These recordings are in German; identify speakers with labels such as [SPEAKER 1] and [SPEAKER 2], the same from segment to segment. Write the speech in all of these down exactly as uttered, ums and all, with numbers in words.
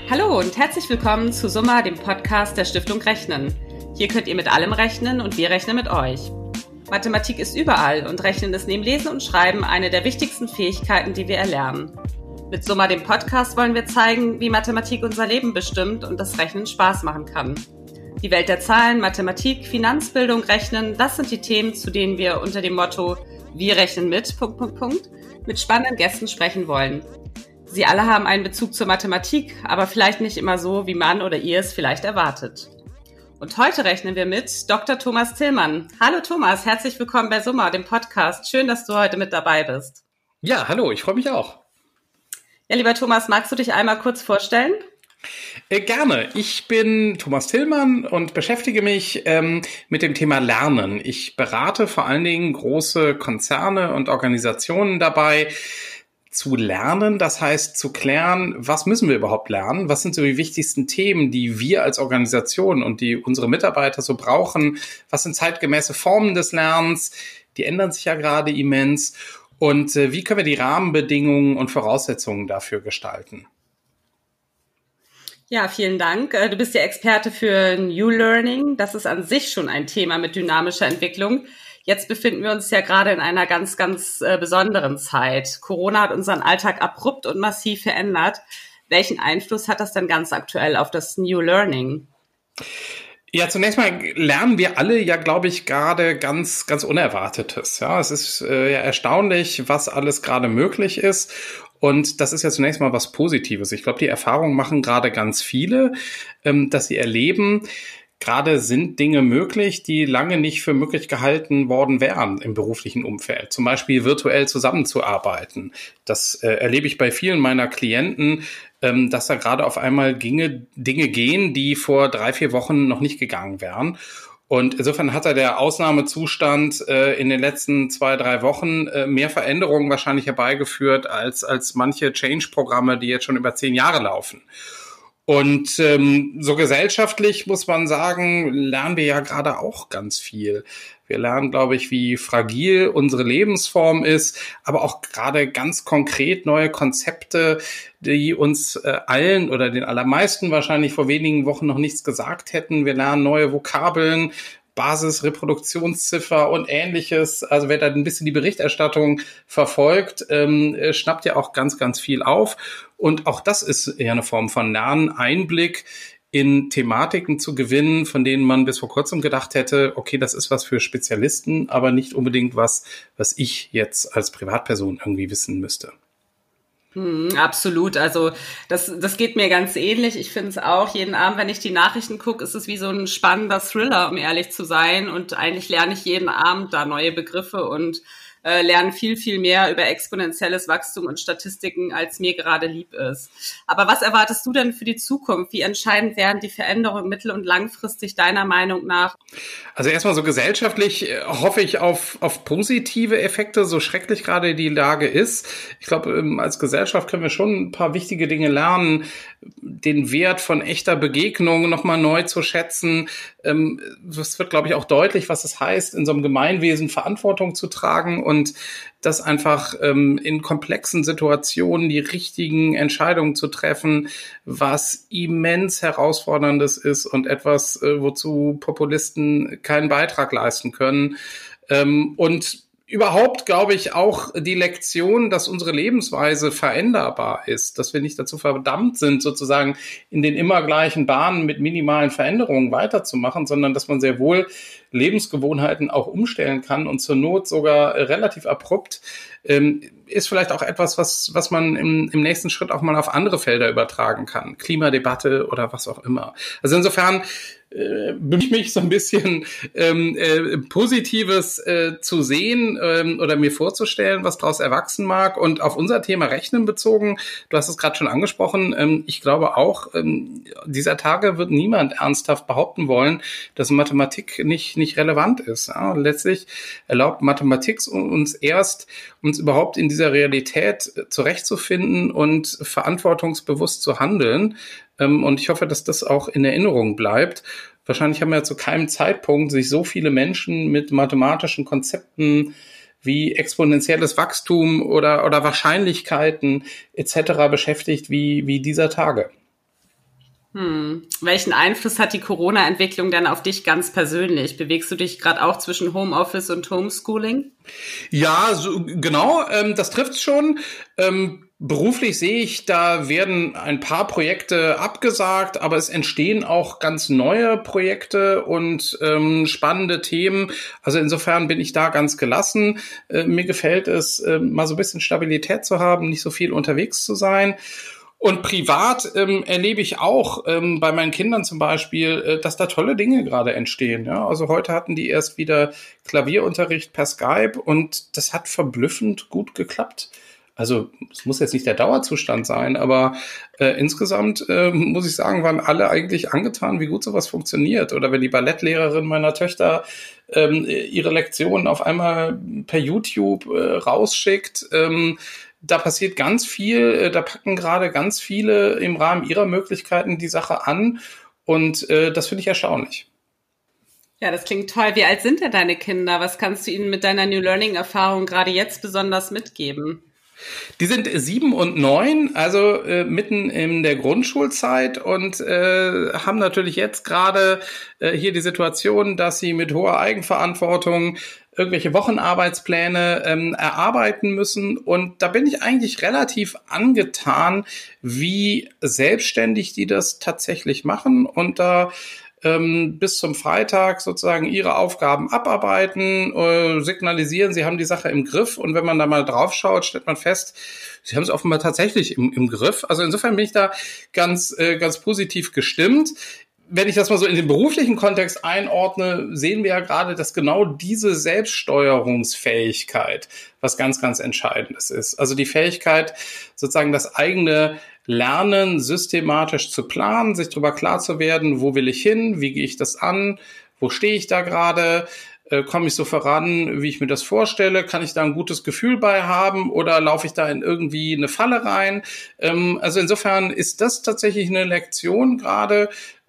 [SPEAKER 1] Hallo und herzlich willkommen zu Summa, dem Podcast der Stiftung Rechnen. Hier könnt ihr mit allem rechnen und wir rechnen mit euch. Mathematik ist überall und Rechnen ist neben Lesen und Schreiben eine der wichtigsten Fähigkeiten, die wir erlernen. Mit Summa, dem Podcast, wollen wir zeigen, wie Mathematik unser Leben bestimmt und das Rechnen Spaß machen kann. Die Welt der Zahlen, Mathematik, Finanzbildung, Rechnen, das sind die Themen, zu denen wir unter dem Motto Wir rechnen mit, Punkt, Punkt, Punkt, mit spannenden Gästen sprechen wollen. Sie alle haben einen Bezug zur Mathematik, aber vielleicht nicht immer so, wie man oder ihr es vielleicht erwartet. Und heute rechnen wir mit Doktor Thomas Tillmann. Hallo Thomas, herzlich willkommen bei Summa, dem Podcast. Schön, dass du heute mit dabei bist.
[SPEAKER 2] Ja, hallo, ich freue mich auch.
[SPEAKER 1] Ja, lieber Thomas, magst du dich einmal kurz vorstellen?
[SPEAKER 2] Äh, gerne. Ich bin Thomas Tillmann und beschäftige mich ähm, mit dem Thema Lernen. Ich berate vor allen Dingen große Konzerne und Organisationen dabei, zu lernen, das heißt zu klären, was müssen wir überhaupt lernen, was sind so die wichtigsten Themen, die wir als Organisation und die unsere Mitarbeiter so brauchen, was sind zeitgemäße Formen des Lernens, die ändern sich ja gerade immens und äh, wie können wir die Rahmenbedingungen und Voraussetzungen dafür gestalten.
[SPEAKER 1] Ja, vielen Dank. Du bist ja Experte für New Learning. Das ist an sich schon ein Thema mit dynamischer Entwicklung. Jetzt befinden wir uns ja gerade in einer ganz, ganz äh, besonderen Zeit. Corona hat unseren Alltag abrupt und massiv verändert. Welchen Einfluss hat das denn ganz aktuell auf das New Learning?
[SPEAKER 2] Ja, zunächst mal lernen wir alle ja, glaube ich, gerade ganz, ganz Unerwartetes. Ja, es ist äh, ja erstaunlich, was alles gerade möglich ist. Und das ist ja zunächst mal was Positives. Ich glaube, die Erfahrung machen gerade ganz viele, ähm, dass sie erleben, gerade sind Dinge möglich, die lange nicht für möglich gehalten worden wären im beruflichen Umfeld. Zum Beispiel virtuell zusammenzuarbeiten. Das äh, erlebe ich bei vielen meiner Klienten, ähm, dass da gerade auf einmal ginge, Dinge gehen, die vor drei, vier Wochen noch nicht gegangen wären. Und insofern hat da der Ausnahmezustand äh, in den letzten zwei, drei Wochen äh, mehr Veränderungen wahrscheinlich herbeigeführt als, als manche Change-Programme, die jetzt schon über zehn Jahre laufen. Und ähm, so gesellschaftlich muss man sagen, lernen wir ja gerade auch ganz viel. Wir lernen, glaube ich, wie fragil unsere Lebensform ist, aber auch gerade ganz konkret neue Konzepte, die uns äh, allen oder den allermeisten wahrscheinlich vor wenigen Wochen noch nichts gesagt hätten. Wir lernen neue Vokabeln, Basis, Reproduktionsziffer und Ähnliches. Also wer da ein bisschen die Berichterstattung verfolgt, ähm, schnappt ja auch ganz, ganz viel auf. Und auch das ist ja eine Form von Lernen, Einblick in Thematiken zu gewinnen, von denen man bis vor kurzem gedacht hätte, okay, das ist was für Spezialisten, aber nicht unbedingt was, was ich jetzt als Privatperson irgendwie wissen müsste.
[SPEAKER 1] Hm, absolut. Also das, das geht mir ganz ähnlich. Ich finde es auch, jeden Abend, wenn ich die Nachrichten gucke, ist es wie so ein spannender Thriller, um ehrlich zu sein. Und eigentlich lerne ich jeden Abend da neue Begriffe und äh, lerne viel, viel mehr über exponentielles Wachstum und Statistiken, als mir gerade lieb ist. Aber was erwartest du denn für die Zukunft? Wie entscheidend werden die Veränderungen mittel- und langfristig deiner Meinung nach?
[SPEAKER 2] Also erstmal so gesellschaftlich äh, hoffe ich auf, auf positive Effekte, so schrecklich gerade die Lage ist. Ich glaube, ähm, als Gesellschaft können wir schon ein paar wichtige Dinge lernen, den Wert von echter Begegnung nochmal neu zu schätzen. Ähm, es wird, glaube ich, auch deutlich, was es heißt, in so einem Gemeinwesen Verantwortung zu tragen und das einfach ähm, in komplexen Situationen die richtigen Entscheidungen zu treffen, was immens herausforderndes ist und etwas, äh, wozu Populisten keinen Beitrag leisten können. Ähm, und überhaupt glaube ich auch die Lektion, dass unsere Lebensweise veränderbar ist, dass wir nicht dazu verdammt sind, sozusagen in den immer gleichen Bahnen mit minimalen Veränderungen weiterzumachen, sondern dass man sehr wohl Lebensgewohnheiten auch umstellen kann und zur Not sogar relativ abrupt, ähm, ist vielleicht auch etwas, was, was man im, im nächsten Schritt auch mal auf andere Felder übertragen kann. Klimadebatte oder was auch immer. Also insofern äh, bemühe ich mich so ein bisschen ähm, äh, Positives äh, zu sehen ähm, oder mir vorzustellen, was daraus erwachsen mag. Und auf unser Thema Rechnen bezogen, du hast es gerade schon angesprochen, ähm, ich glaube auch, ähm, dieser Tage wird niemand ernsthaft behaupten wollen, dass Mathematik nicht, nicht relevant ist. Ja, letztlich erlaubt Mathematik uns erst, uns überhaupt in dieser Realität zurechtzufinden und verantwortungsbewusst zu handeln. Und ich hoffe, dass das auch in Erinnerung bleibt. Wahrscheinlich haben ja zu keinem Zeitpunkt sich so viele Menschen mit mathematischen Konzepten wie exponentielles Wachstum oder, oder Wahrscheinlichkeiten et cetera beschäftigt wie, wie dieser Tage.
[SPEAKER 1] Hm. Welchen Einfluss hat die Corona-Entwicklung denn auf dich ganz persönlich? Bewegst du dich gerade auch zwischen Homeoffice und Homeschooling?
[SPEAKER 2] Ja, so, genau, ähm, das trifft's schon. Ähm, beruflich sehe ich, da werden ein paar Projekte abgesagt, aber es entstehen auch ganz neue Projekte und ähm, spannende Themen. Also insofern bin ich da ganz gelassen. Äh, mir gefällt es, äh, mal so ein bisschen Stabilität zu haben, nicht so viel unterwegs zu sein. Und privat ähm, erlebe ich auch ähm, bei meinen Kindern zum Beispiel, äh, dass da tolle Dinge gerade entstehen. Ja? Also heute hatten die erst wieder Klavierunterricht per Skype und das hat verblüffend gut geklappt. Also es muss jetzt nicht der Dauerzustand sein, aber äh, insgesamt äh, muss ich sagen, waren alle eigentlich angetan, wie gut sowas funktioniert. Oder wenn die Ballettlehrerin meiner Töchter ähm, ihre Lektionen auf einmal per YouTube äh, rausschickt. Ähm, Da passiert ganz viel, da packen gerade ganz viele im Rahmen ihrer Möglichkeiten die Sache an und äh, das finde ich erstaunlich.
[SPEAKER 1] Ja, das klingt toll. Wie alt sind denn deine Kinder? Was kannst du ihnen mit deiner New Learning-Erfahrung gerade jetzt besonders mitgeben?
[SPEAKER 2] Die sind sieben und neun, also äh, mitten in der Grundschulzeit und äh, haben natürlich jetzt gerade äh, hier die Situation, dass sie mit hoher Eigenverantwortung irgendwelche Wochenarbeitspläne ähm, erarbeiten müssen. Und da bin ich eigentlich relativ angetan, wie selbstständig die das tatsächlich machen und da ähm, bis zum Freitag sozusagen ihre Aufgaben abarbeiten, äh, signalisieren, sie haben die Sache im Griff. Und wenn man da mal drauf schaut, stellt man fest, sie haben es offenbar tatsächlich im, im Griff. Also insofern bin ich da ganz, äh, ganz positiv gestimmt. Wenn ich das mal so in den beruflichen Kontext einordne, sehen wir ja gerade, dass genau diese Selbststeuerungsfähigkeit was ganz, ganz Entscheidendes ist. Also die Fähigkeit, sozusagen das eigene Lernen systematisch zu planen, sich darüber klar zu werden, wo will ich hin, wie gehe ich das an, wo stehe ich da gerade, äh, komme ich so voran, wie ich mir das vorstelle, kann ich da ein gutes Gefühl bei haben oder laufe ich da in irgendwie eine Falle rein? Ähm, also insofern ist das tatsächlich eine Lektion gerade,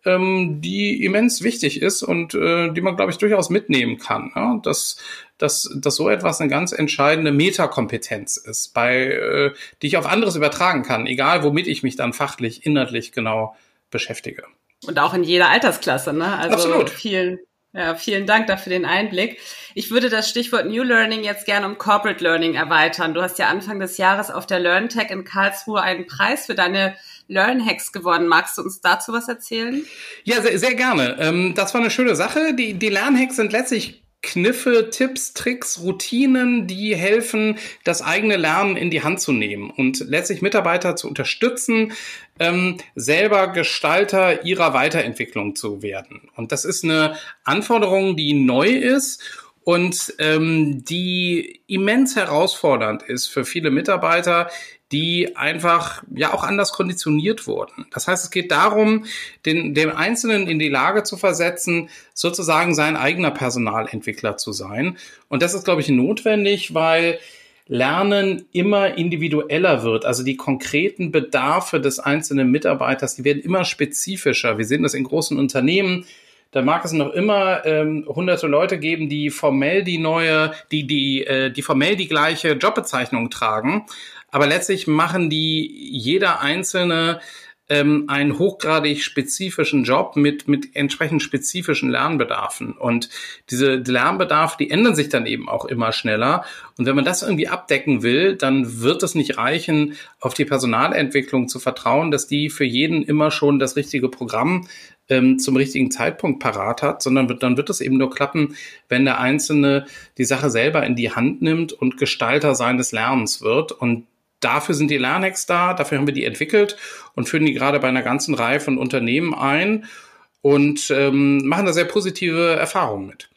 [SPEAKER 2] die immens wichtig ist und äh, die man, glaube ich, durchaus mitnehmen kann. Ja? Dass, dass, dass so etwas eine ganz entscheidende Metakompetenz ist, bei, äh, die ich auf anderes übertragen kann, egal womit ich mich dann fachlich, inhaltlich genau beschäftige.
[SPEAKER 1] Und auch in jeder Altersklasse, ne? Also
[SPEAKER 2] Absolut.
[SPEAKER 1] Vielen, ja, vielen Dank dafür den Einblick. Ich würde das Stichwort New Learning jetzt gerne um Corporate Learning erweitern. Du hast ja Anfang des Jahres auf der LearnTech in Karlsruhe einen Preis für deine Learn-Hacks gewonnen. Magst du uns dazu was erzählen?
[SPEAKER 2] Ja, sehr, sehr gerne. Ähm, das war eine schöne Sache. Die, die Lern-Hacks sind letztlich Kniffe, Tipps, Tricks, Routinen, die helfen, das eigene Lernen in die Hand zu nehmen und letztlich Mitarbeiter zu unterstützen, ähm, selber Gestalter ihrer Weiterentwicklung zu werden. Und das ist eine Anforderung, die neu ist und ähm, die immens herausfordernd ist für viele Mitarbeiter, die einfach ja auch anders konditioniert wurden. Das heißt, es geht darum, den, dem Einzelnen in die Lage zu versetzen, sozusagen sein eigener Personalentwickler zu sein. Und das ist, glaube ich, notwendig, weil Lernen immer individueller wird. Also die konkreten Bedarfe des einzelnen Mitarbeiters, die werden immer spezifischer. Wir sehen das in großen Unternehmen. Da mag es noch immer ähm, hunderte Leute geben, die formell die neue, die die äh, die formell die gleiche Jobbezeichnung tragen, aber letztlich machen die jeder einzelne ähm, einen hochgradig spezifischen Job mit mit entsprechend spezifischen Lernbedarfen und diese Lernbedarfe, die ändern sich dann eben auch immer schneller und wenn man das irgendwie abdecken will, dann wird es nicht reichen, auf die Personalentwicklung zu vertrauen, dass die für jeden immer schon das richtige Programm ähm, zum richtigen Zeitpunkt parat hat, sondern wird, dann wird es eben nur klappen, wenn der Einzelne die Sache selber in die Hand nimmt und Gestalter seines Lernens wird. Und dafür sind die Lernhacks da, dafür haben wir die entwickelt und führen die gerade bei einer ganzen Reihe von Unternehmen ein und ähm, machen da sehr positive Erfahrungen mit.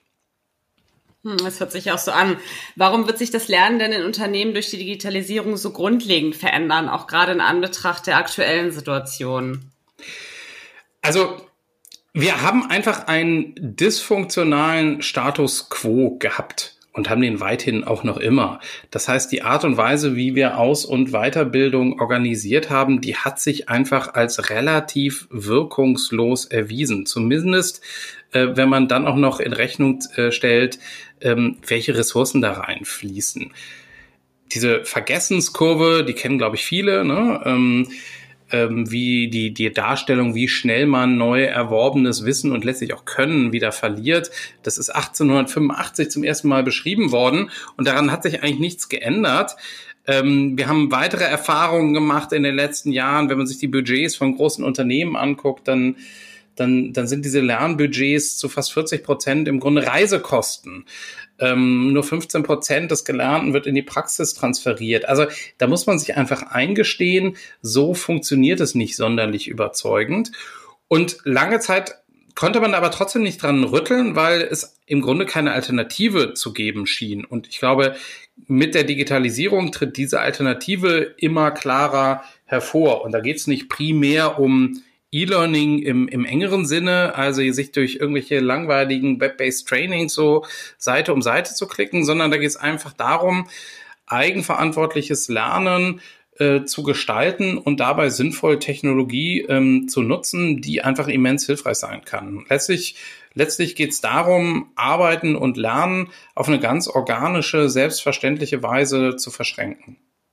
[SPEAKER 1] Das hört sich auch so an. Warum wird sich das Lernen denn in Unternehmen durch die Digitalisierung so grundlegend verändern, auch gerade in Anbetracht der aktuellen Situation?
[SPEAKER 2] Also wir haben einfach einen dysfunktionalen Status quo gehabt und haben den weithin auch noch immer. Das heißt, die Art und Weise, wie wir Aus- und Weiterbildung organisiert haben, die hat sich einfach als relativ wirkungslos erwiesen. Zumindest, äh, wenn man dann auch noch in Rechnung äh, stellt, ähm, welche Ressourcen da reinfließen. Diese Vergessenskurve, die kennen, glaube ich, viele, ne? Ähm, ähm, wie die, die Darstellung, wie schnell man neu erworbenes Wissen und letztlich auch Können wieder verliert. Das ist achtzehnhundertfünfundachtzig zum ersten Mal beschrieben worden und daran hat sich eigentlich nichts geändert. Ähm, wir haben weitere Erfahrungen gemacht in den letzten Jahren. Wenn man sich die Budgets von großen Unternehmen anguckt, dann Dann, dann sind diese Lernbudgets zu fast vierzig Prozent im Grunde Reisekosten. Ähm, nur fünfzehn Prozent des Gelernten wird in die Praxis transferiert. Also da muss man sich einfach eingestehen, so funktioniert es nicht sonderlich überzeugend. Und lange Zeit konnte man aber trotzdem nicht dran rütteln, weil es im Grunde keine Alternative zu geben schien. Und ich glaube, mit der Digitalisierung tritt diese Alternative immer klarer hervor. Und da geht es nicht primär um E-Learning im, im engeren Sinne, also sich durch irgendwelche langweiligen Web-based Trainings so Seite um Seite zu klicken, sondern da geht es einfach darum, eigenverantwortliches Lernen äh, zu gestalten und dabei sinnvoll Technologie ähm, zu nutzen, die einfach immens hilfreich sein kann. Letztlich, letztlich geht es darum, Arbeiten und Lernen auf eine ganz organische, selbstverständliche Weise zu verschränken.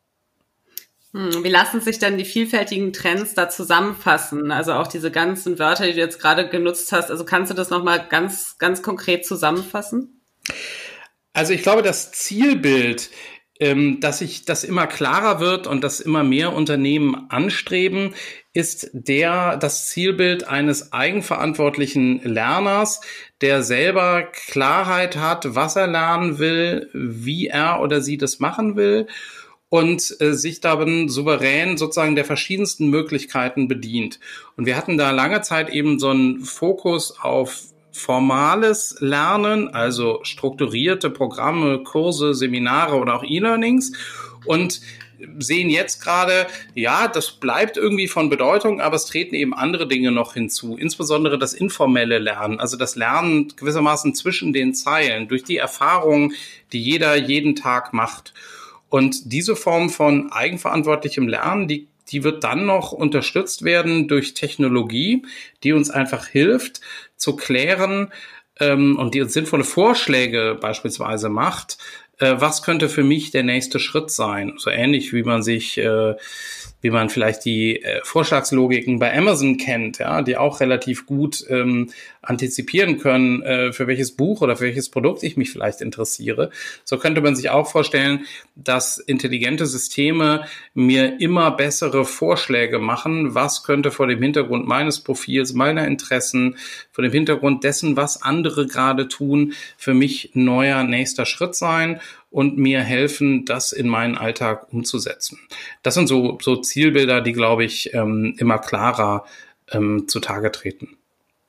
[SPEAKER 1] Wie lassen sich denn die vielfältigen Trends da zusammenfassen? Also auch diese ganzen Wörter, die du jetzt gerade genutzt hast. Also kannst du das nochmal ganz, ganz konkret zusammenfassen?
[SPEAKER 2] Also ich glaube, das Zielbild, ähm, dass sich das immer klarer wird und dass immer mehr Unternehmen anstreben, ist der, das Zielbild eines eigenverantwortlichen Lerners, der selber Klarheit hat, was er lernen will, wie er oder sie das machen will, und äh, sich dann souverän sozusagen der verschiedensten Möglichkeiten bedient. Und wir hatten da lange Zeit eben so einen Fokus auf formales Lernen, also strukturierte Programme, Kurse, Seminare oder auch E-Learnings und sehen jetzt gerade, ja, das bleibt irgendwie von Bedeutung, aber es treten eben andere Dinge noch hinzu, insbesondere das informelle Lernen, also das Lernen gewissermaßen zwischen den Zeilen, durch die Erfahrungen, die jeder jeden Tag macht. Und diese Form von eigenverantwortlichem Lernen, die, die wird dann noch unterstützt werden durch Technologie, die uns einfach hilft zu klären ähm, und die uns sinnvolle Vorschläge beispielsweise macht, äh, was könnte für mich der nächste Schritt sein. So ähnlich wie man sich, äh, wie man vielleicht die äh, Vorschlagslogiken bei Amazon kennt, ja, die auch relativ gut ähm, antizipieren können, äh, für welches Buch oder für welches Produkt ich mich vielleicht interessiere. So könnte man sich auch vorstellen, dass intelligente Systeme mir immer bessere Vorschläge machen, was könnte vor dem Hintergrund meines Profils, meiner Interessen, vor dem Hintergrund dessen, was andere gerade tun, für mich ein neuer nächster Schritt sein und mir helfen, das in meinen Alltag umzusetzen. Das sind so, so Zielbilder, die, glaube ich, ähm, immer klarer ähm, zutage treten.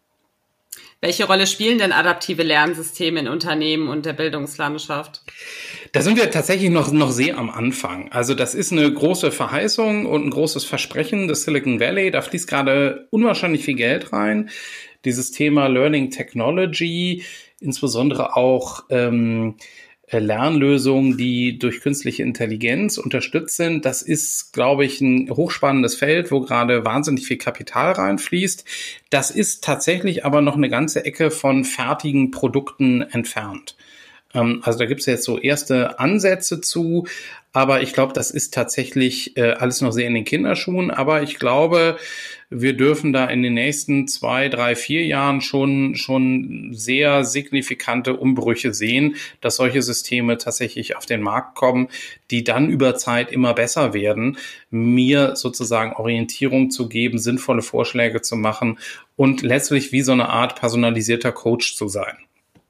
[SPEAKER 1] Welche Rolle spielen denn adaptive Lernsysteme in Unternehmen und der Bildungslandschaft?
[SPEAKER 2] Da sind wir tatsächlich noch, noch sehr am Anfang. Also das ist eine große Verheißung und ein großes Versprechen des Silicon Valley. Da fließt gerade unwahrscheinlich viel Geld rein. Dieses Thema Learning Technology, insbesondere auch ähm, Lernlösungen, die durch künstliche Intelligenz unterstützt sind. Das ist, glaube ich, ein hochspannendes Feld, wo gerade wahnsinnig viel Kapital reinfließt. Das ist tatsächlich aber noch eine ganze Ecke von fertigen Produkten entfernt. Also da gibt es jetzt so erste Ansätze zu, aber ich glaube, das ist tatsächlich äh, alles noch sehr in den Kinderschuhen. Aber ich glaube, wir dürfen da in den nächsten zwei, drei, vier Jahren schon schon sehr signifikante Umbrüche sehen, dass solche Systeme tatsächlich auf den Markt kommen, die dann über Zeit immer besser werden, mir sozusagen Orientierung zu geben, sinnvolle Vorschläge zu machen und letztlich wie so eine Art personalisierter Coach zu sein.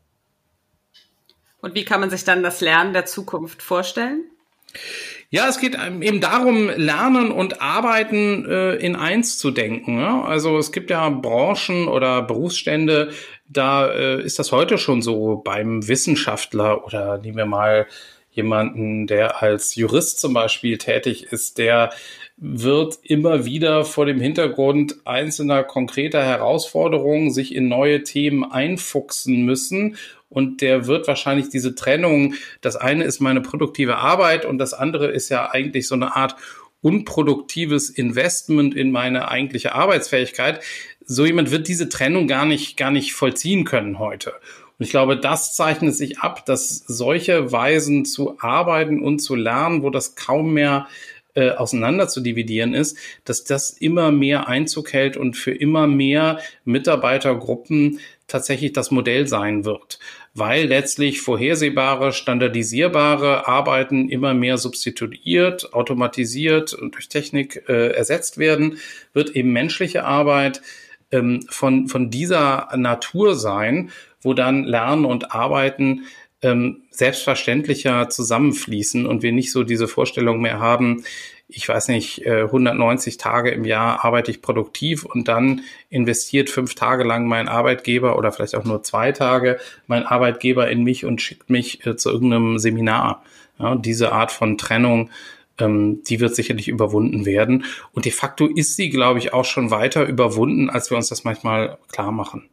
[SPEAKER 1] Und wie kann man sich dann das Lernen der Zukunft vorstellen?
[SPEAKER 2] Ja, es geht eben darum, Lernen und Arbeiten äh, in eins zu denken. Ja? Also es gibt ja Branchen oder Berufsstände, da äh, ist das heute schon so beim Wissenschaftler oder nehmen wir mal jemanden, der als Jurist zum Beispiel tätig ist, der wird immer wieder vor dem Hintergrund einzelner konkreter Herausforderungen sich in neue Themen einfuchsen müssen. Und der wird wahrscheinlich diese Trennung, das eine ist meine produktive Arbeit und das andere ist ja eigentlich so eine Art unproduktives Investment in meine eigentliche Arbeitsfähigkeit. So jemand wird diese Trennung gar nicht, gar nicht vollziehen können heute. Und ich glaube, das zeichnet sich ab, dass solche Weisen zu arbeiten und zu lernen, wo das kaum mehr äh, auseinander zu dividieren ist, dass das immer mehr Einzug hält und für immer mehr Mitarbeitergruppen tatsächlich das Modell sein wird, weil letztlich vorhersehbare, standardisierbare Arbeiten immer mehr substituiert, automatisiert und durch Technik äh, ersetzt werden, wird eben menschliche Arbeit ähm, von, von dieser Natur sein, wo dann Lernen und Arbeiten ähm, selbstverständlicher zusammenfließen und wir nicht so diese Vorstellung mehr haben, ich weiß nicht, hundertneunzig Tage im Jahr arbeite ich produktiv und dann investiert fünf Tage lang mein Arbeitgeber oder vielleicht auch nur zwei Tage mein Arbeitgeber in mich und schickt mich äh, zu irgendeinem Seminar. Ja, diese Art von Trennung, ähm, die wird sicherlich überwunden werden. Und de facto ist sie, glaube ich, auch schon weiter überwunden, als wir uns das manchmal klar machen.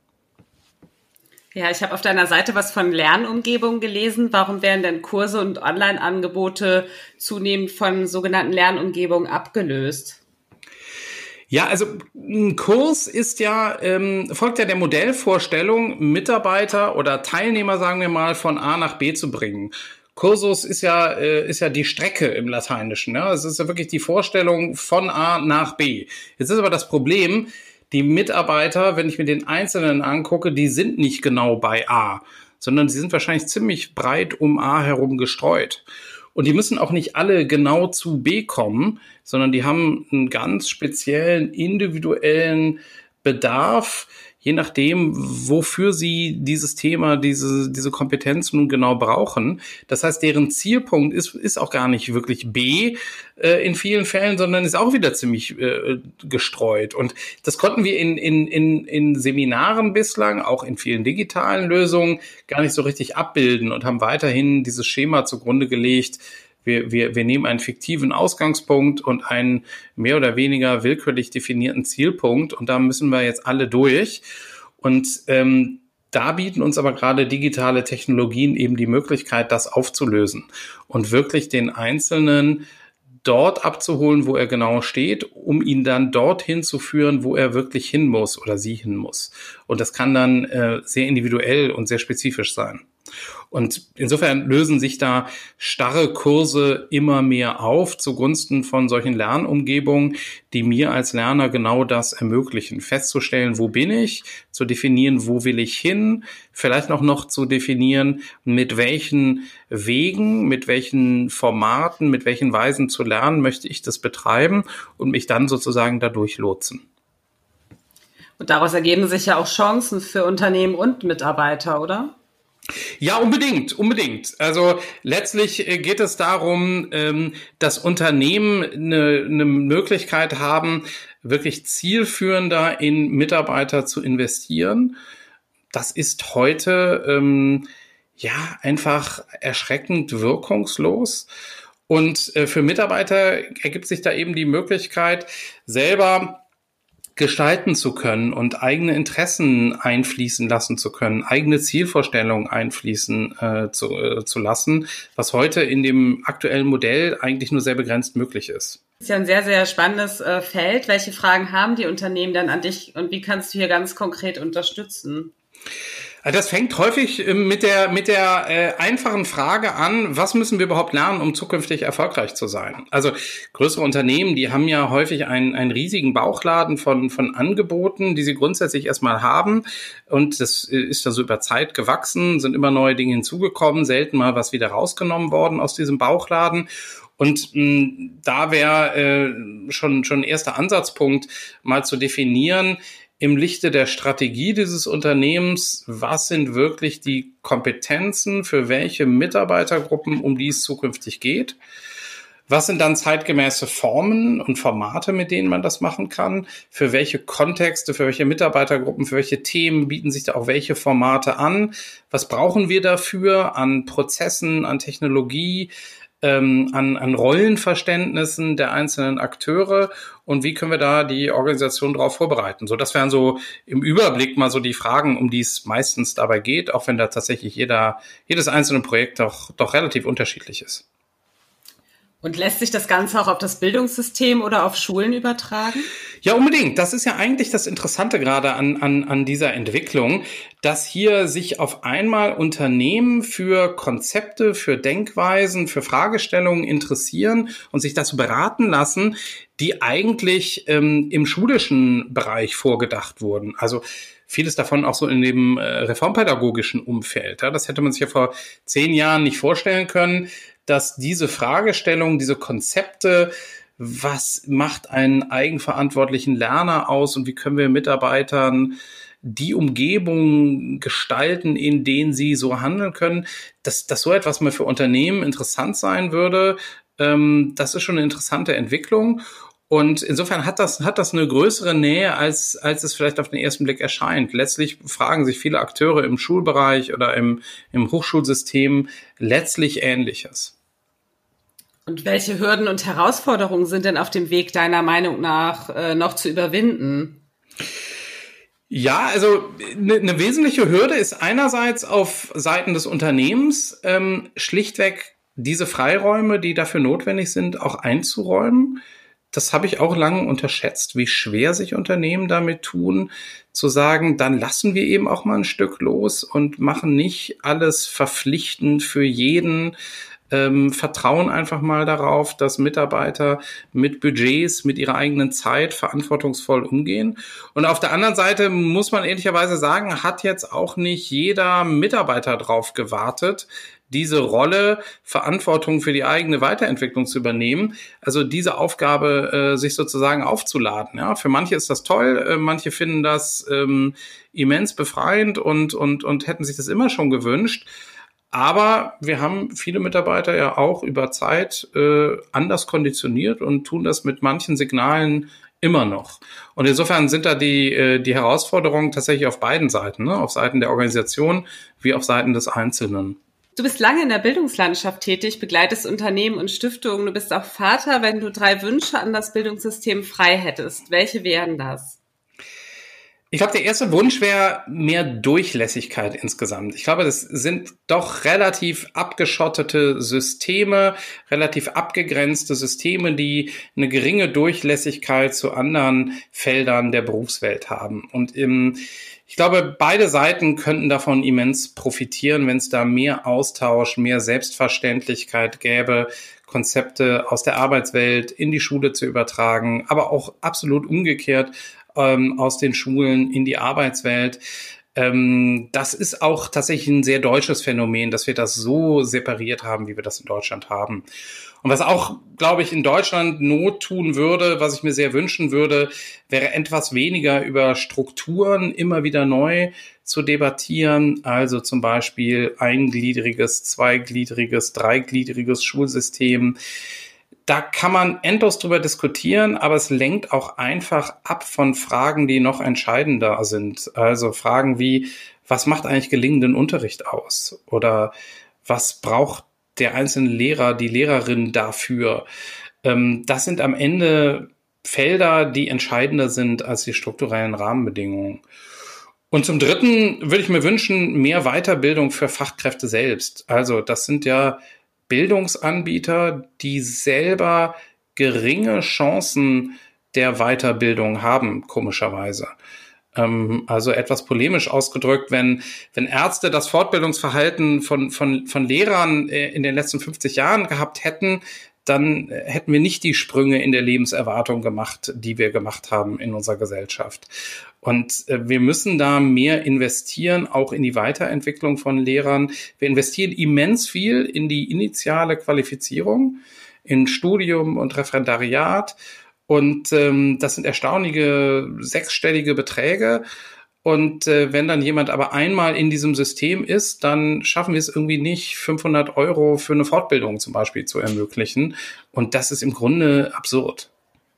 [SPEAKER 1] Ja, ich habe auf deiner Seite was von Lernumgebungen gelesen. Warum werden denn Kurse und Online-Angebote zunehmend von sogenannten Lernumgebungen abgelöst?
[SPEAKER 2] Ja, also ein Kurs ist ja, ähm, folgt ja der Modellvorstellung, Mitarbeiter oder Teilnehmer, sagen wir mal, von A nach B zu bringen. Kursus ist ja, äh, ist ja die Strecke im Lateinischen. Ja? Es ist ja wirklich die Vorstellung von A nach B. Jetzt ist aber das Problem, die Mitarbeiter, wenn ich mir den Einzelnen angucke, die sind nicht genau bei A, sondern sie sind wahrscheinlich ziemlich breit um A herum gestreut. Und die müssen auch nicht alle genau zu B kommen, sondern die haben einen ganz speziellen, individuellen Bedarf, je nachdem, wofür sie dieses Thema, diese, diese Kompetenz nun genau brauchen. Das heißt, deren Zielpunkt ist, ist auch gar nicht wirklich B äh, in vielen Fällen, sondern ist auch wieder ziemlich äh, gestreut. Und das konnten wir in, in, in, in Seminaren bislang, auch in vielen digitalen Lösungen, gar nicht so richtig abbilden und haben weiterhin dieses Schema zugrunde gelegt. Wir, wir, wir nehmen einen fiktiven Ausgangspunkt und einen mehr oder weniger willkürlich definierten Zielpunkt und da müssen wir jetzt alle durch. Und ähm, da bieten uns aber gerade digitale Technologien eben die Möglichkeit, das aufzulösen und wirklich den Einzelnen dort abzuholen, wo er genau steht, um ihn dann dorthin zu führen, wo er wirklich hin muss oder sie hin muss. Und das kann dann äh, sehr individuell und sehr spezifisch sein. Und insofern lösen sich da starre Kurse immer mehr auf zugunsten von solchen Lernumgebungen, die mir als Lerner genau das ermöglichen. Festzustellen, wo bin ich, zu definieren, wo will ich hin, vielleicht auch noch zu definieren, mit welchen Wegen, mit welchen Formaten, mit welchen Weisen zu lernen möchte ich das betreiben und mich dann sozusagen dadurch lotsen.
[SPEAKER 1] Und daraus ergeben sich ja auch Chancen für Unternehmen und Mitarbeiter, oder?
[SPEAKER 2] Ja, unbedingt, unbedingt. Also letztlich geht es darum, dass Unternehmen eine, eine Möglichkeit haben, wirklich zielführender in Mitarbeiter zu investieren. Das ist heute ähm, ja einfach erschreckend wirkungslos. Und äh, für Mitarbeiter ergibt sich da eben die Möglichkeit, selber gestalten zu können und eigene Interessen einfließen lassen zu können, eigene Zielvorstellungen einfließen äh, zu, äh, zu lassen, was heute in dem aktuellen Modell eigentlich nur sehr begrenzt möglich ist.
[SPEAKER 1] Das ist ja ein sehr, sehr spannendes äh, Feld. Welche Fragen haben die Unternehmen dann an dich und wie kannst du hier ganz konkret unterstützen?
[SPEAKER 2] Das fängt häufig mit der mit der äh, einfachen Frage an, was müssen wir überhaupt lernen, um zukünftig erfolgreich zu sein? Also größere Unternehmen, die haben ja häufig einen einen riesigen Bauchladen von von Angeboten, die sie grundsätzlich erstmal haben und das ist da so über Zeit gewachsen, sind immer neue Dinge hinzugekommen, selten mal was wieder rausgenommen worden aus diesem Bauchladen. Und mh, da wäre äh, schon schon ein erster Ansatzpunkt, mal zu definieren, im Lichte der Strategie dieses Unternehmens, was sind wirklich die Kompetenzen für welche Mitarbeitergruppen, um die es zukünftig geht? Was sind dann zeitgemäße Formen und Formate, mit denen man das machen kann? Für welche Kontexte, für welche Mitarbeitergruppen, für welche Themen bieten sich da auch welche Formate an? Was brauchen wir dafür an Prozessen, an Technologie, ähm, an, an Rollenverständnissen der einzelnen Akteure? Und wie können wir da die Organisation darauf vorbereiten? So, das wären so im Überblick mal so die Fragen, um die es meistens dabei geht, auch wenn da tatsächlich jeder, jedes einzelne Projekt doch, doch relativ unterschiedlich ist.
[SPEAKER 1] Und lässt sich das Ganze auch auf das Bildungssystem oder auf Schulen übertragen?
[SPEAKER 2] Ja, unbedingt. Das ist ja eigentlich das Interessante gerade an, an, an dieser Entwicklung, dass hier sich auf einmal Unternehmen für Konzepte, für Denkweisen, für Fragestellungen interessieren und sich das beraten lassen, die eigentlich ähm, im schulischen Bereich vorgedacht wurden. Also vieles davon auch so in dem äh, reformpädagogischen Umfeld. Ja, das hätte man sich ja vor zehn Jahren nicht vorstellen können, dass diese Fragestellung, diese Konzepte, was macht einen eigenverantwortlichen Lerner aus und wie können wir Mitarbeitern die Umgebung gestalten, in denen sie so handeln können, dass, dass so etwas mal für Unternehmen interessant sein würde, ähm, das ist schon eine interessante Entwicklung. Und insofern hat das, hat das eine größere Nähe, als, als es vielleicht auf den ersten Blick erscheint. Letztlich fragen sich viele Akteure im Schulbereich oder im, im Hochschulsystem letztlich Ähnliches.
[SPEAKER 1] Und welche Hürden und Herausforderungen sind denn auf dem Weg deiner Meinung nach äh, noch zu überwinden?
[SPEAKER 2] Ja, also eine ne wesentliche Hürde ist einerseits auf Seiten des Unternehmens ähm, schlichtweg diese Freiräume, die dafür notwendig sind, auch einzuräumen. Das habe ich auch lange unterschätzt, wie schwer sich Unternehmen damit tun, zu sagen, dann lassen wir eben auch mal ein Stück los und machen nicht alles verpflichtend für jeden. Ähm, vertrauen einfach mal darauf, dass Mitarbeiter mit Budgets, mit ihrer eigenen Zeit verantwortungsvoll umgehen. Und auf der anderen Seite muss man ehrlicherweise sagen, hat jetzt auch nicht jeder Mitarbeiter drauf gewartet, diese Rolle, Verantwortung für die eigene Weiterentwicklung zu übernehmen. Also diese Aufgabe, äh, sich sozusagen aufzuladen. Ja, für manche ist das toll, äh, manche finden das ähm, immens befreiend und, und, und hätten sich das immer schon gewünscht. Aber wir haben viele Mitarbeiter ja auch über Zeit äh, anders konditioniert und tun das mit manchen Signalen immer noch. Und insofern sind da die, äh, die Herausforderungen tatsächlich auf beiden Seiten, ne? Auf Seiten der Organisation wie auf Seiten des Einzelnen.
[SPEAKER 1] Du bist lange in der Bildungslandschaft tätig, begleitest Unternehmen und Stiftungen. Du bist auch Vater. Wenn du drei Wünsche an das Bildungssystem frei hättest, welche wären das?
[SPEAKER 2] Ich glaube, der erste Wunsch wäre mehr Durchlässigkeit insgesamt. Ich glaube, das sind doch relativ abgeschottete Systeme, relativ abgegrenzte Systeme, die eine geringe Durchlässigkeit zu anderen Feldern der Berufswelt haben. Und im, ich glaube, beide Seiten könnten davon immens profitieren, wenn es da mehr Austausch, mehr Selbstverständlichkeit gäbe, Konzepte aus der Arbeitswelt in die Schule zu übertragen, aber auch absolut umgekehrt ähm, aus den Schulen in die Arbeitswelt. Ähm, das ist auch tatsächlich ein sehr deutsches Phänomen, dass wir das so separiert haben, wie wir das in Deutschland haben. Und was auch, glaube ich, in Deutschland Not tun würde, was ich mir sehr wünschen würde, wäre etwas weniger über Strukturen immer wieder neu zu debattieren. Also zum Beispiel eingliedriges, zweigliedriges, dreigliedriges Schulsystem. Da kann man endlos drüber diskutieren, aber es lenkt auch einfach ab von Fragen, die noch entscheidender sind. Also Fragen wie, was macht eigentlich gelingenden Unterricht aus? Oder was braucht der einzelne Lehrer, die Lehrerin dafür? Das sind am Ende Felder, die entscheidender sind als die strukturellen Rahmenbedingungen. Und zum Dritten würde ich mir wünschen, mehr Weiterbildung für Fachkräfte selbst. Also das sind ja Bildungsanbieter, die selber geringe Chancen der Weiterbildung haben, komischerweise. Ähm, also etwas polemisch ausgedrückt, wenn, wenn Ärzte das Fortbildungsverhalten von, von, von Lehrern äh, in den letzten fünfzig Jahren gehabt hätten, dann hätten wir nicht die Sprünge in der Lebenserwartung gemacht, die wir gemacht haben in unserer Gesellschaft. Und äh, wir müssen da mehr investieren, auch in die Weiterentwicklung von Lehrern. Wir investieren immens viel in die initiale Qualifizierung, in Studium und Referendariat. Und ähm, das sind erstaunliche sechsstellige Beträge. Und äh, wenn dann jemand aber einmal in diesem System ist, dann schaffen wir es irgendwie nicht, fünfhundert Euro für eine Fortbildung zum Beispiel zu ermöglichen. Und das ist im Grunde absurd.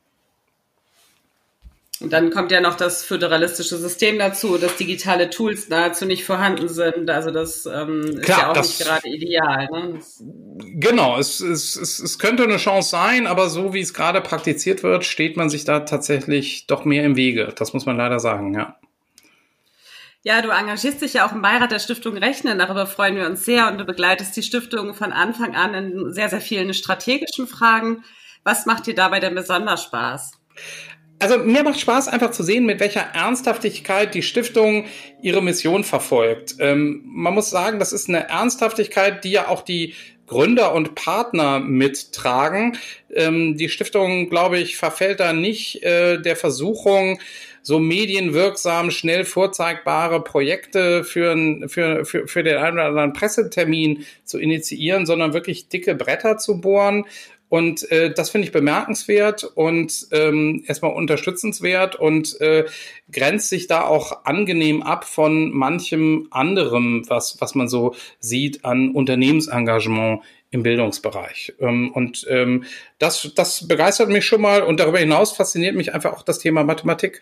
[SPEAKER 1] Und dann kommt ja noch das föderalistische System dazu, dass digitale Tools nahezu nicht vorhanden sind. Also das ähm,
[SPEAKER 2] Klar,
[SPEAKER 1] ist ja auch
[SPEAKER 2] das,
[SPEAKER 1] nicht gerade ideal. Ne?
[SPEAKER 2] Genau, es, es, es, es könnte eine Chance sein, aber so wie es gerade praktiziert wird, steht man sich da tatsächlich doch mehr im Wege. Das muss man leider sagen, ja.
[SPEAKER 1] Ja, du engagierst dich ja auch im Beirat der Stiftung Rechnen. Darüber freuen wir uns sehr. Und du begleitest die Stiftung von Anfang an in sehr, sehr vielen strategischen Fragen. Was macht dir dabei denn besonders Spaß?
[SPEAKER 2] Also mir macht Spaß, einfach zu sehen, mit welcher Ernsthaftigkeit die Stiftung ihre Mission verfolgt. Ähm, man muss sagen, das ist eine Ernsthaftigkeit, die ja auch die Gründer und Partner mittragen. Ähm, die Stiftung, glaube ich, verfällt da nicht äh, der Versuchung, so medienwirksam, schnell vorzeigbare Projekte für, für, für, für den einen oder anderen Pressetermin zu initiieren, sondern wirklich dicke Bretter zu bohren. Und äh, das finde ich bemerkenswert und ähm, erstmal unterstützenswert und äh, grenzt sich da auch angenehm ab von manchem anderem, was was man so sieht an Unternehmensengagement im Bildungsbereich. Ähm, und ähm, das das begeistert mich schon mal und darüber hinaus fasziniert mich einfach auch das Thema Mathematik.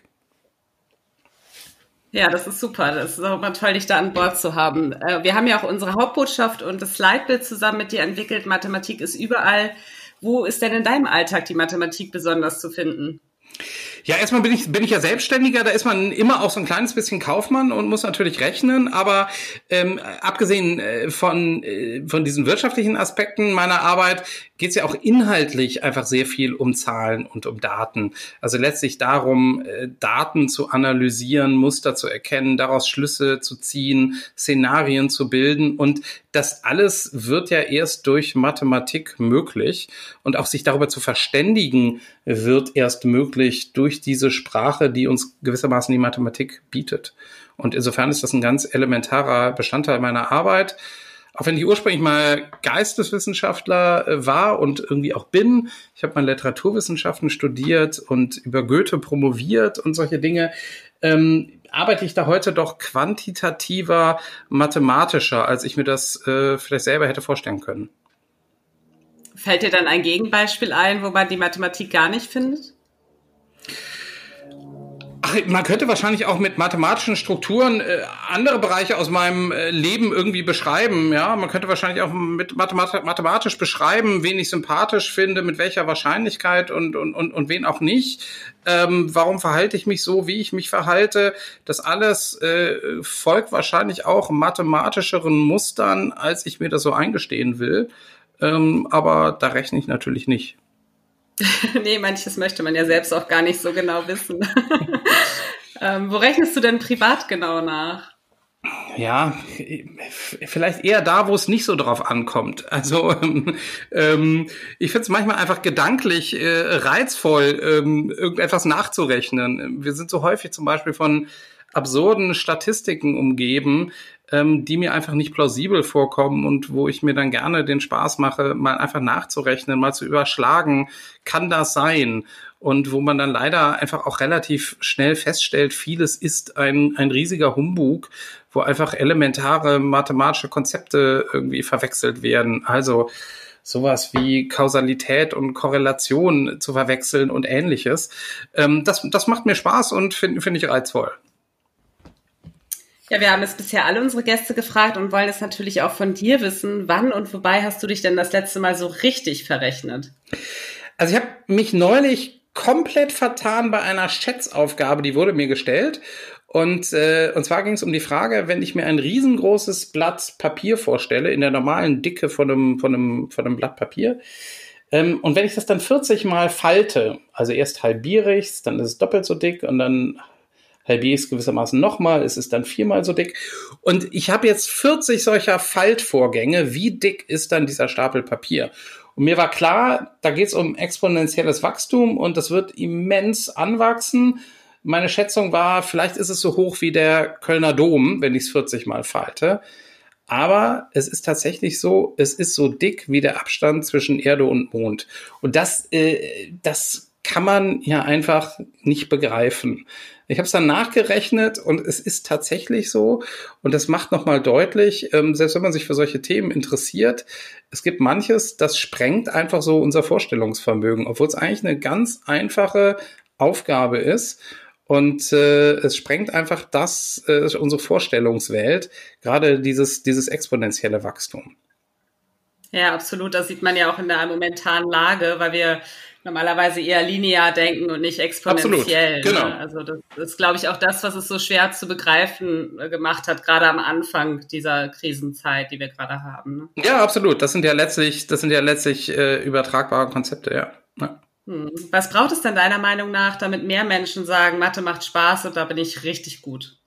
[SPEAKER 1] Ja, das ist super. Das ist auch immer toll, dich da an Bord zu haben. Wir haben ja auch unsere Hauptbotschaft und das Leitbild zusammen mit dir entwickelt. Mathematik ist überall. Wo ist denn in deinem Alltag die Mathematik besonders zu finden?
[SPEAKER 2] Ja, erstmal bin ich bin ich ja Selbstständiger, da ist man immer auch so ein kleines bisschen Kaufmann und muss natürlich rechnen, aber ähm, abgesehen äh, von äh, von diesen wirtschaftlichen Aspekten meiner Arbeit geht es ja auch inhaltlich einfach sehr viel um Zahlen und um Daten. Also letztlich darum, äh, Daten zu analysieren, Muster zu erkennen, daraus Schlüsse zu ziehen, Szenarien zu bilden und das alles wird ja erst durch Mathematik möglich und auch sich darüber zu verständigen wird erst möglich durch diese Sprache, die uns gewissermaßen die Mathematik bietet. Und insofern ist das ein ganz elementarer Bestandteil meiner Arbeit. Auch wenn ich ursprünglich mal Geisteswissenschaftler war und irgendwie auch bin. Ich habe mal Literaturwissenschaften studiert und über Goethe promoviert und solche Dinge. Ähm, arbeite ich da heute doch quantitativer, mathematischer, als ich mir das äh, vielleicht selber hätte vorstellen können.
[SPEAKER 1] Fällt dir dann ein Gegenbeispiel ein, wo man die Mathematik gar nicht findet?
[SPEAKER 2] Ach, man könnte wahrscheinlich auch mit mathematischen Strukturen äh, andere Bereiche aus meinem äh, Leben irgendwie beschreiben. Ja, man könnte wahrscheinlich auch mit mathemat- mathematisch beschreiben, wen ich sympathisch finde, mit welcher Wahrscheinlichkeit und und und, und wen auch nicht. Ähm, warum verhalte ich mich so, wie ich mich verhalte? Das alles äh, folgt wahrscheinlich auch mathematischeren Mustern, als ich mir das so eingestehen will. Ähm, aber da rechne ich natürlich nicht.
[SPEAKER 1] Nee, manches möchte man ja selbst auch gar nicht so genau wissen. ähm, wo rechnest du denn privat genau nach?
[SPEAKER 2] Ja, vielleicht eher da, wo es nicht so drauf ankommt. Also ähm, ich finde es manchmal einfach gedanklich äh, reizvoll, ähm, irgendetwas nachzurechnen. Wir sind so häufig zum Beispiel von absurden Statistiken umgeben, ähm, die mir einfach nicht plausibel vorkommen und wo ich mir dann gerne den Spaß mache, mal einfach nachzurechnen, mal zu überschlagen, kann das sein? Und wo man dann leider einfach auch relativ schnell feststellt, vieles ist ein, ein riesiger Humbug, wo einfach elementare mathematische Konzepte irgendwie verwechselt werden. Also sowas wie Kausalität und Korrelation zu verwechseln und Ähnliches. Ähm, das, das macht mir Spaß und finde find ich reizvoll.
[SPEAKER 1] Ja, wir haben jetzt bisher alle unsere Gäste gefragt und wollen es natürlich auch von dir wissen. Wann und wobei hast du dich denn das letzte Mal so richtig verrechnet?
[SPEAKER 2] Also ich habe mich neulich komplett vertan bei einer Schätzaufgabe, die wurde mir gestellt. Und, äh, und zwar ging es um die Frage, wenn ich mir ein riesengroßes Blatt Papier vorstelle, in der normalen Dicke von einem, von einem, von einem Blatt Papier, ähm, und wenn ich das dann vierzig Mal falte, also erst halbiere ich es, dann ist es doppelt so dick und dann halbiere ich es gewissermaßen nochmal, es ist dann viermal so dick. Und ich habe jetzt vierzig solcher Faltvorgänge, wie dick ist dann dieser Stapel Papier? Und mir war klar, da geht es um exponentielles Wachstum und das wird immens anwachsen. Meine Schätzung war, vielleicht ist es so hoch wie der Kölner Dom, wenn ich es vierzig Mal falte. Aber es ist tatsächlich so, es ist so dick wie der Abstand zwischen Erde und Mond. Und das, äh, das kann man ja einfach nicht begreifen. Ich habe es dann nachgerechnet und es ist tatsächlich so. Und das macht nochmal deutlich, ähm, selbst wenn man sich für solche Themen interessiert, es gibt manches, das sprengt einfach so unser Vorstellungsvermögen, obwohl es eigentlich eine ganz einfache Aufgabe ist. Und äh, es sprengt einfach das, äh, unsere Vorstellungswelt, gerade dieses, dieses exponentielle Wachstum.
[SPEAKER 1] Ja, absolut. Das sieht man ja auch in der momentanen Lage, weil wir normalerweise eher linear denken und nicht exponentiell.
[SPEAKER 2] Absolut, genau.
[SPEAKER 1] Ne? Also das ist, glaube ich, auch das, was es so schwer zu begreifen gemacht hat, gerade am Anfang dieser Krisenzeit, die wir gerade haben. Ne?
[SPEAKER 2] Ja, absolut. Das sind ja letztlich, das sind ja letztlich äh, übertragbare Konzepte, ja. ja.
[SPEAKER 1] Hm. Was braucht es denn deiner Meinung nach, damit mehr Menschen sagen, Mathe macht Spaß und da bin ich richtig gut?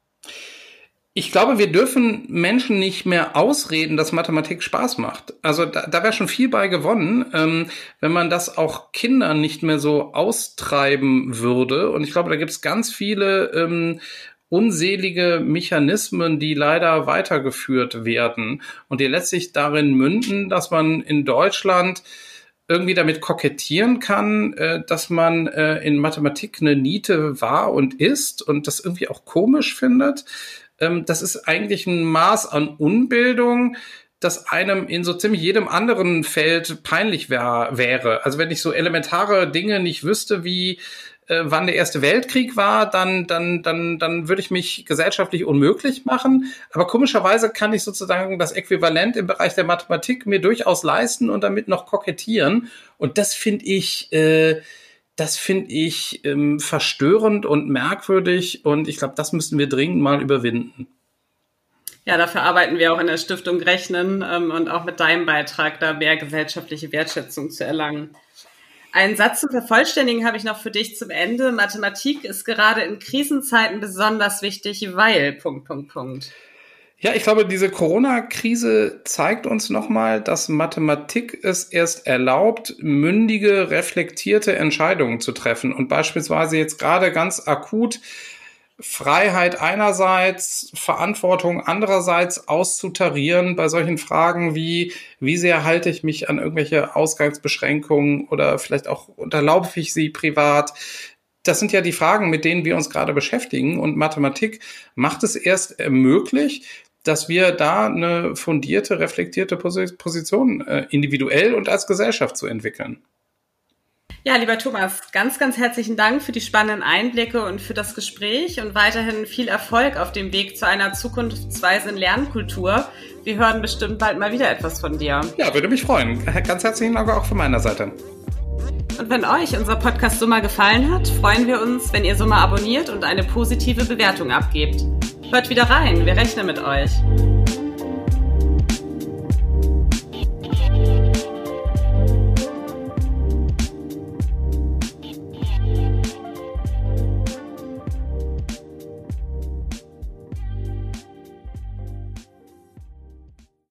[SPEAKER 2] Ich glaube, wir dürfen Menschen nicht mehr ausreden, dass Mathematik Spaß macht. Also da, da wäre schon viel bei gewonnen, ähm, wenn man das auch Kindern nicht mehr so austreiben würde. Und ich glaube, da gibt es ganz viele ähm, unselige Mechanismen, die leider weitergeführt werden und die letztlich darin münden, dass man in Deutschland irgendwie damit kokettieren kann, äh, dass man äh, in Mathematik eine Niete war und ist und das irgendwie auch komisch findet. Das ist eigentlich ein Maß an Unbildung, das einem in so ziemlich jedem anderen Feld peinlich wär, wäre. Also wenn ich so elementare Dinge nicht wüsste, wie äh, wann der Erste Weltkrieg war, dann dann dann dann würde ich mich gesellschaftlich unmöglich machen. Aber komischerweise kann ich sozusagen das Äquivalent im Bereich der Mathematik mir durchaus leisten und damit noch kokettieren. Und das finde ich äh, Das finde ich ähm, verstörend und merkwürdig und ich glaube, das müssen wir dringend mal überwinden.
[SPEAKER 1] Ja, dafür arbeiten wir auch in der Stiftung Rechnen ähm, und auch mit deinem Beitrag, da mehr gesellschaftliche Wertschätzung zu erlangen. Einen Satz zum Vervollständigen habe ich noch für dich zum Ende. Mathematik ist gerade in Krisenzeiten besonders wichtig, weil... Punkt, Punkt, Punkt.
[SPEAKER 2] Ja, ich glaube, diese Corona-Krise zeigt uns nochmal, dass Mathematik es erst erlaubt, mündige, reflektierte Entscheidungen zu treffen und beispielsweise jetzt gerade ganz akut Freiheit einerseits, Verantwortung andererseits auszutarieren bei solchen Fragen wie, wie sehr halte ich mich an irgendwelche Ausgangsbeschränkungen oder vielleicht auch unterlaufe ich sie privat. Das sind ja die Fragen, mit denen wir uns gerade beschäftigen und Mathematik macht es erst möglich, dass wir da eine fundierte, reflektierte Position äh, individuell und als Gesellschaft zu entwickeln.
[SPEAKER 1] Ja, lieber Thomas, ganz, ganz herzlichen Dank für die spannenden Einblicke und für das Gespräch und weiterhin viel Erfolg auf dem Weg zu einer zukunftsweisen Lernkultur. Wir hören bestimmt bald mal wieder etwas von dir.
[SPEAKER 2] Ja, würde mich freuen. Ganz herzlichen Dank auch von meiner Seite.
[SPEAKER 1] Und wenn euch unser Podcast Summa gefallen hat, freuen wir uns, wenn ihr Summa abonniert und eine positive Bewertung abgebt. Hört wieder rein, wir rechnen mit euch.